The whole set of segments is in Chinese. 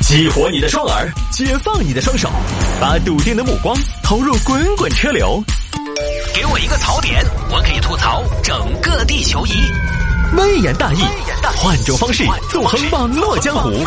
激活你的双耳，解放你的双手，把笃定的目光投入滚滚车流。给我一个槽点，我可以吐槽整个地球仪。微言大义，换种方式纵横网络江湖。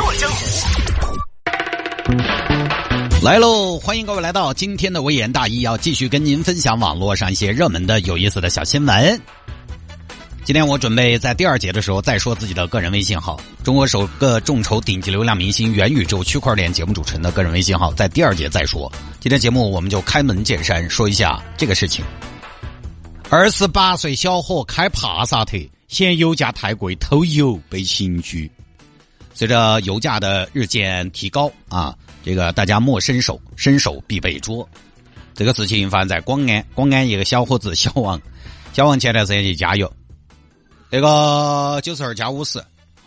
来喽，欢迎各位来到今天的微言大义，要继续跟您分享网络上一些热门的有意思的小新闻。今天我准备在第二节的时候再说自己的个人微信号，中国首个众筹顶级流量明星元宇宙区块链节目主持人的个人微信号，在第二节再说。今天节目我们就开门见山说一下这个事情。28岁小伙开帕萨特，嫌油价太贵偷油被刑拘。随着油价的日渐提高啊，这个大家莫伸手，伸手必被捉。这个事情发生在广安一个小伙子小王前段时间去加油，那个92加50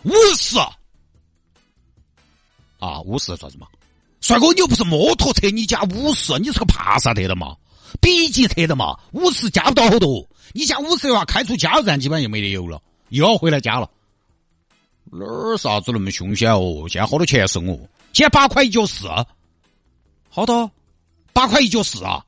啊，50算什么？帅哥，你又不是摩托车，你加50，你是个帕萨特的嘛？B级车的嘛，50加不到好多。你加50的话，开出加油站基本上就没得油了，又要回来加了。哪儿啥子那么凶险哦？现在好多钱收哦？现在8块1角4，好多8块1角4啊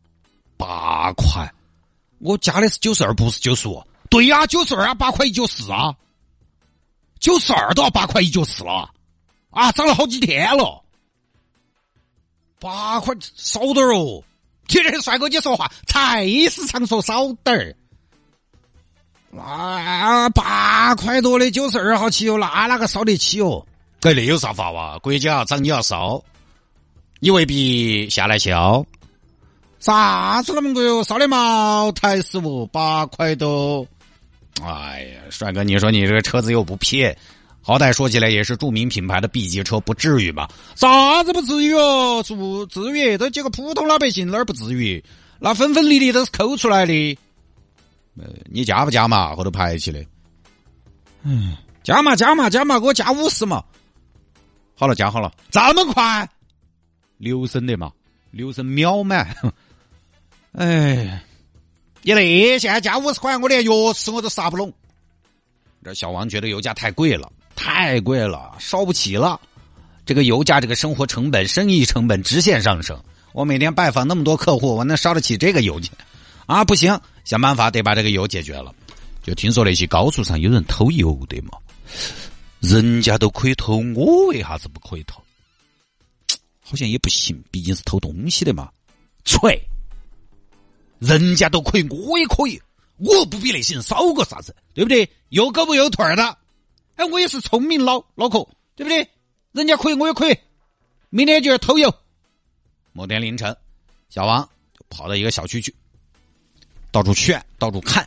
，8块。我加的是92，不是95。对呀，92啊，8块1角4啊，92都要8块1角4了啊，涨了好几天了。8块少点哦。听人帅哥你说话，菜市场说少点儿。8块多的92号汽油，那个烧得起哦？那有啥法哇？国家要涨你要烧，你未必下来消。啥子那么贵哦？烧的茅台是不8块多？哎呀，帅哥，你说你这个车子又不撇，好歹说起来也是著名品牌的 B 级车，不至于吧？啥子不至于哦？不至于，都几个普通老百姓哪儿不至于？那分分厘都是抠出来的。你加不加嘛？后头排起来。加嘛，给我加50嘛。好了，加好了，这么快？6升的嘛，6升秒满。哎，你现在加50块，我连药吃我都撒不拢。这小王觉得油价太贵了，烧不起了。这个油价，这个生活成本、生意成本直线上升。我每天拜访那么多客户，我能烧得起这个油钱啊？不行，想办法得把这个油解决了。就听说那些高速上有人偷油的嘛，人家都可以偷，我为啥子不可以偷？好像也不行，毕竟是偷东西的嘛。吹，人家都可以，我也可以，我不比那些人少个啥子，对不对？有胳膊有腿的，哎，我也是聪明脑壳，对不对？人家可以，我也可以。明天就要偷油。某天凌晨，小王就跑到一个小区去，到处炫，到处看。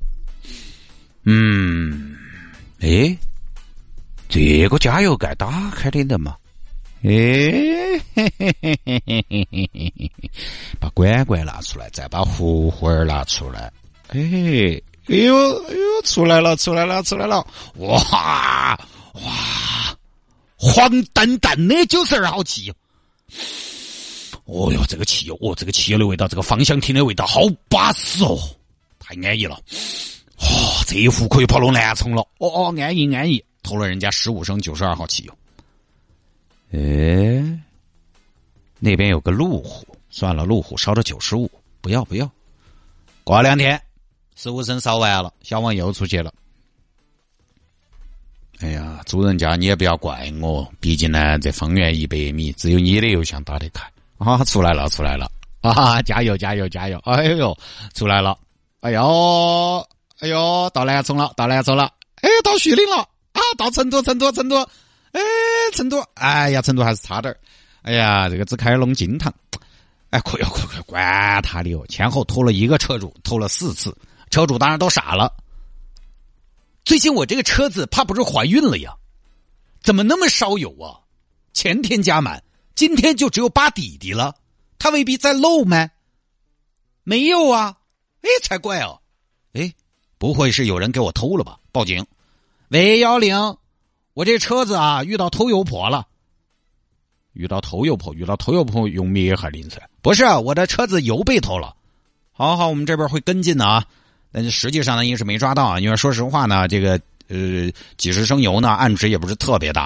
这个加油盖打开的嘛？把管管拿出来，再把壶壶拿出来。出来了！哇，黄淡淡的92号汽油。哦哟，这个汽油的味道，这个芳香烃的味道好巴适哦，太安逸了。这一壶可以跑到南充了。安逸，投了人家15升92号汽油。那边有个路虎，算了，路虎烧到95，不要。过2天15升烧完了，小王又出去了。哎呀，主人家你也不要怪我，毕竟呢这方圆100米只有你的油箱打得开。出来了啊！加油！哎呦，出来了！哎呦，到南充了！哎，到徐陵了啊！到成都！哎，成都！哎呀，成都还是差点。哎呀，这个只开龙津塘。哎，快管他的哟！前后偷了一个车主，偷了4次，车主当然都傻了。最近我这个车子怕不是怀孕了呀？怎么那么烧油啊？前天加满，今天就只有8底底了，他未必在漏吗？没有啊，才怪哦！不会是有人给我偷了吧？报警！喂，110，我这车子啊遇到偷油婆了。遇到偷油婆用灭害灵噻？不是，我的车子油被偷了。好，我们这边会跟进的啊。但是实际上呢，也是没抓到啊，因为说实话呢，这个几十升油呢，案值也不是特别大。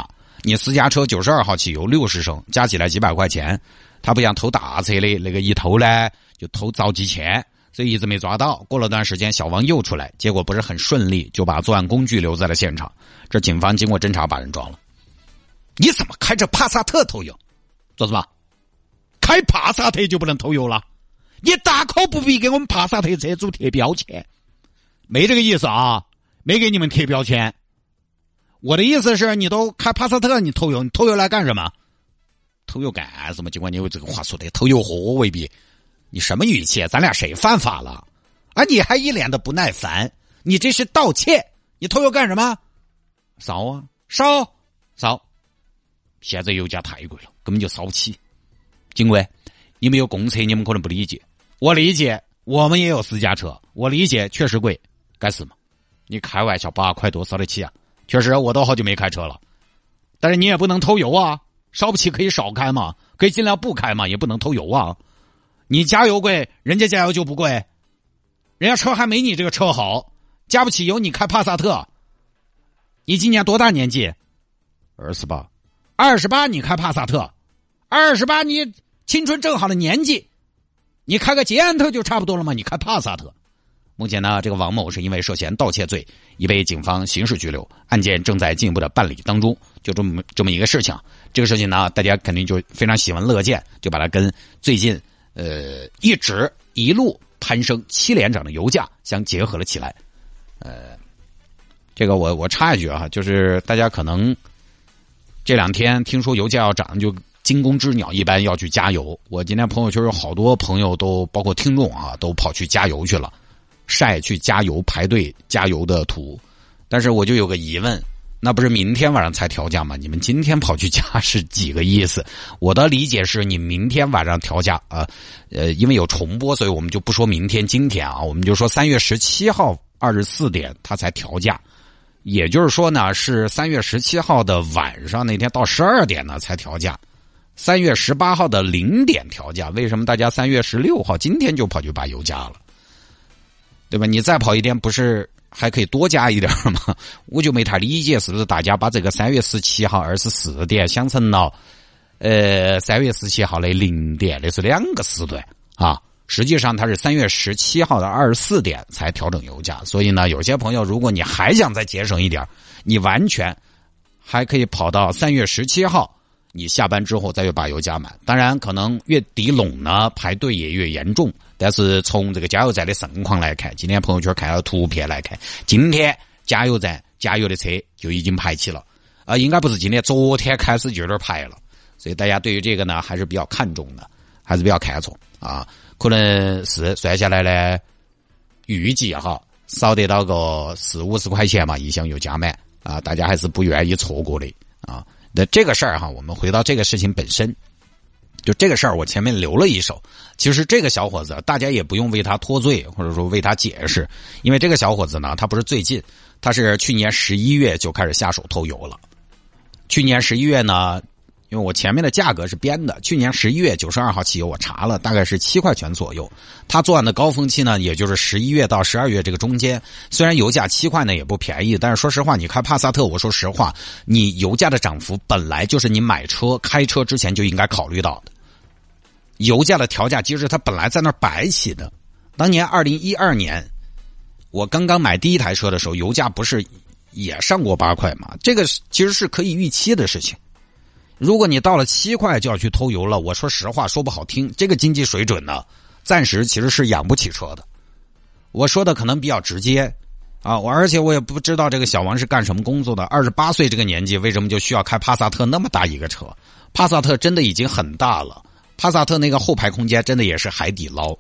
你私家车92号汽油60升，加起来几百块钱，他不像偷大车的那个一偷呢就偷遭几千，所以一直没抓到。过了段时间，小王又出来，结果不是很顺利，就把作案工具留在了现场。这警方经过侦查把人抓了。你怎么开着帕萨特偷油？做什么？开帕萨特就不能偷油了？你大可不必给我们帕萨特车主贴标签。没这个意思啊，没给你们贴标签。我的意思是，你都开帕萨特，你偷油来干什么？偷油干什么？尽管你有这个话说的，偷油货未必。你什么语气？咱俩谁犯法了？啊，你还一脸的不耐烦，你这是盗窃，你偷油干什么？烧啊，烧。现在油价太贵了，根本就烧不起。警卫，你们有公车，你们可能不理解，我理解，我们也有私家车，我理解，确实贵，该死嘛？你开玩笑，8块多烧得起啊？确实，我都好久没开车了，但是你也不能偷油啊，烧不起可以少开嘛，可以尽量不开嘛，也不能偷油啊。你加油贵，人家加油就不贵，人家车还没你这个车好，加不起油你开帕萨特。你今年多大年纪？28，你开帕萨特，28你青春正好的年纪，你开个捷安特就差不多了吗？你开帕萨特。目前呢，这个王某是因为涉嫌盗窃罪，已被警方刑事拘留，案件正在进一步的办理当中。就这么一个事情，这个事情呢，大家肯定就非常喜闻乐见，就把它跟最近一路攀升7连涨的油价相结合了起来。这个我插一句啊，就是大家可能这2天听说油价要涨，就惊弓之鸟一般要去加油。我今天朋友圈有好多朋友都包括听众啊，都跑去加油去了，晒去加油排队加油的图。但是我就有个疑问，那不是明天晚上才调价吗？你们今天跑去加是几个意思？我的理解是你明天晚上调价啊，因为有重播，所以我们就不说明天今天啊，我们就说3月17号24点他才调价。也就是说呢，是3月17号的晚上那天到12点呢才调价，3月18号的0点调价。为什么大家3月16号今天就跑去把油加了？对吧？你再跑一天不是还可以多加一点吗？我就没太理解，是不是大家把这个3月17号24点想成了3月17号的0点，那是2个时段啊。实际上它是3月17号的24点才调整油价，所以呢，有些朋友如果你还想再节省一点，你完全还可以跑到3月17号，你下班之后再去把油加满。当然，可能越抵拢呢，排队也越严重。但是从这个加油站的盛况来看，今天朋友圈看到图片来看，今天加油站加油的车就已经排起了应该不是今天，昨天开始就有点排了。所以大家对于这个呢还是比较看重的，还是比较看重啊。可能是算下来呢，预计哈少得到个40-50块钱嘛，一箱油加满啊，大家还是不愿意错过的啊。那这个事儿哈，我们回到这个事情本身，就这个事儿我前面留了一手。其实这个小伙子大家也不用为他脱罪，或者说为他解释，因为这个小伙子呢，他不是最近，他是去年11月就开始下手偷油了。去年11月呢，因为我前面的价格是编的，去年11月92号汽油我查了，大概是7块钱左右。他作案的高峰期呢，也就是11月到12月这个中间。虽然油价7块呢也不便宜，但是说实话，你开帕萨特，我说实话，你油价的涨幅本来就是你买车开车之前就应该考虑到的。油价的调价机制它本来在那儿摆起的。当年2012年我刚刚买第一台车的时候，油价不是也上过8块吗？这个其实是可以预期的事情。如果你到了7块就要去偷油了，我说实话，说不好听，这个经济水准呢，暂时其实是养不起车的。我说的可能比较直接啊，而且我也不知道这个小王是干什么工作的，28岁这个年纪为什么就需要开帕萨特那么大一个车？帕萨特真的已经很大了，帕萨特那个后排空间真的也是海底捞。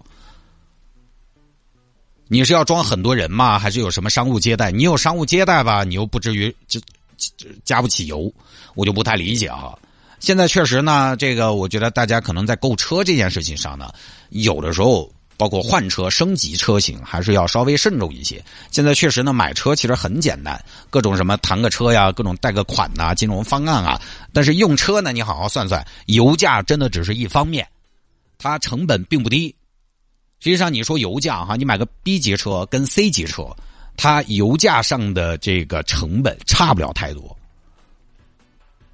你是要装很多人吗？还是有什么商务接待？你有商务接待吧，你又不至于加不起油，我就不太理解啊。现在确实呢，这个我觉得大家可能在购车这件事情上呢，有的时候包括换车升级车型还是要稍微慎重一些。现在确实呢，买车其实很简单，各种什么谈个车呀，各种贷个款呐，金融方案啊，但是用车呢，你好好算算，油价真的只是一方面，它成本并不低。实际上你说油价哈，你买个 B 级车跟 C 级车，它油价上的这个成本差不了太多。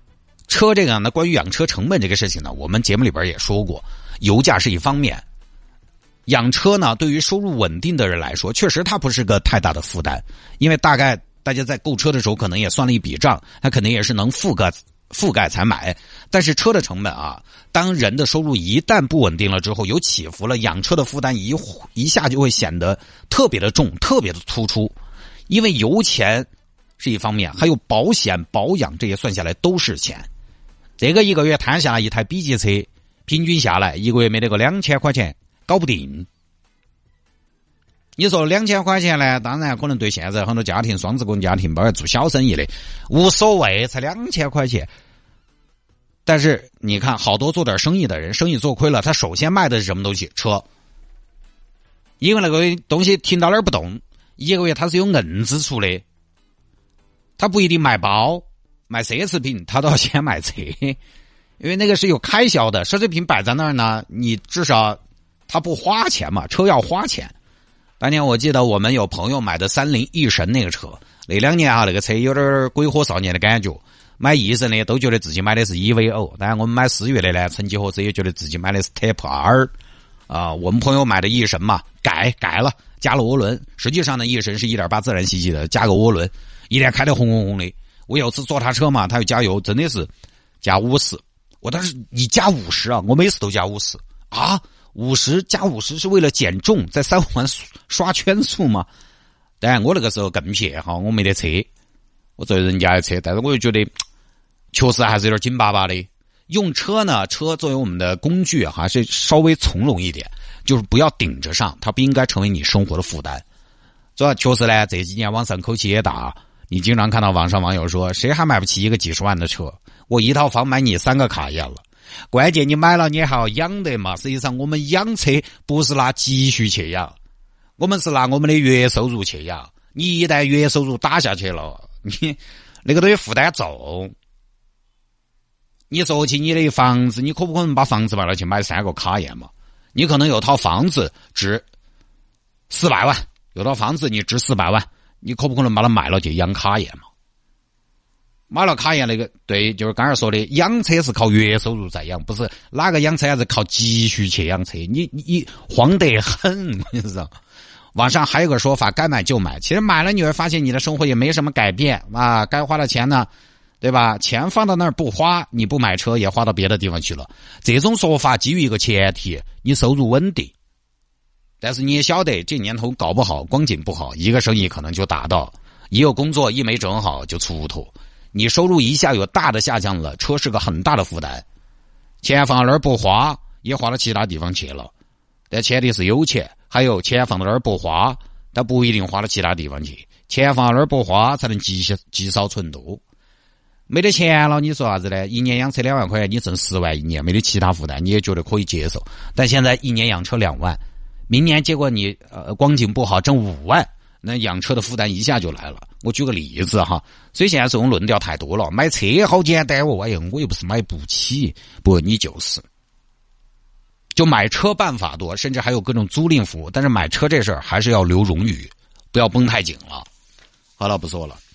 车这个呢，关于养车成本这个事情呢，我们节目里边也说过，油价是一方面，养车呢，对于收入稳定的人来说，确实它不是个太大的负担，因为大概大家在购车的时候可能也算了一笔账，它肯定也是能覆盖才买。但是车的成本啊，当人的收入一旦不稳定了之后，有起伏了，养车的负担一下就会显得特别的重，特别的突出。因为油钱是一方面，还有保险、保养这些算下来都是钱。这个一个月摊下来一台 B 级车，平均下来一个月没得个2000块钱搞不定。你说2000块钱呢，当然可能对现在很多家庭，双职工家庭包括做小生意的无所谓，才2000块钱。但是你看好多做点生意的人，生意做亏了，他首先卖的是什么东西？车。因为那个东西停到那儿不动，一个月他是有硬支出的，他不一定卖包卖奢侈品，他都要先买车，因为那个是有开销的。奢侈品摆在那儿呢，你至少他不花钱嘛，车要花钱。当年我记得我们有朋友买的30翼神那个车，那2年啊，那个车有点鬼火少年的感觉。买翼神的都觉得自己买的是 EVO， 当然我们买4月的呢，曾几何时也觉得自己买的是 Type R。我们朋友买的翼神嘛，改了，加了涡轮。实际上呢，翼神是 1.8 自然吸气的，加个涡轮，一天开得轰轰轰的。我有次坐他车嘛，他要加油，真的是加50。我当时你加50啊，我每次都加50啊，50加50是为了减重，在3环刷圈速吗？当然我那个时候更撇哈，我没得车，我坐人家的车，但是我又觉得确实还是有点紧巴巴的。用车呢，车作为我们的工具还是稍微从容一点，就是不要顶着上，它不应该成为你生活的负担。主要确实呢，这几年网上口气也大，你经常看到网上网友说，谁还买不起一个几十万的车？我一套房买你3个卡宴了。关键你买了你还要养的嘛。实际上我们养车不是拿积蓄去养，我们是拿我们的月收入去养。你一旦月收入打下去了，你那个东西负担重。你说起你的房子，你可不可能把房子卖了去买3个卡宴嘛？你可能有套房子值400万，有套房子你值400万，你可不可能把它卖了去养卡宴嘛？买了卡宴那个，对，就是刚才说的，养车是靠月收入在养，不是哪个养车还是靠积蓄去养车，你慌得很，我跟你说。网上还有个说法，该买就买，其实买了你会发现你的生活也没什么改变啊，该花的钱呢，对吧？钱放到那儿不花，你不买车也花到别的地方去了。这种说法基于一个前提，你收入稳定。但是你也晓得，这年头搞不好，光景不好，一个生意可能就达到，一有工作一没整好就出头。你收入一下有大的下降了，车是个很大的负担。钱放到那儿不花，也花到其他地方去了。但前提是有钱，还有钱放到那儿不花，但不一定花到其他地方去。钱放到那儿不花，才能积少存多。没得钱了，你说啥子呢？一年养车2万块钱，你挣10万一年，没得其他负担，你也觉得可以接受。但现在一年养车2万，明年结果你光景不好挣5万，那养车的负担一下就来了。我举个例子哈，所以现在这种论调太多了。买车好简单哦，哎呀，我又不是买不起，不，你就是。就买车办法多，甚至还有各种租赁服务，但是买车这事儿还是要留荣誉，不要绷太紧了。好了，不说了。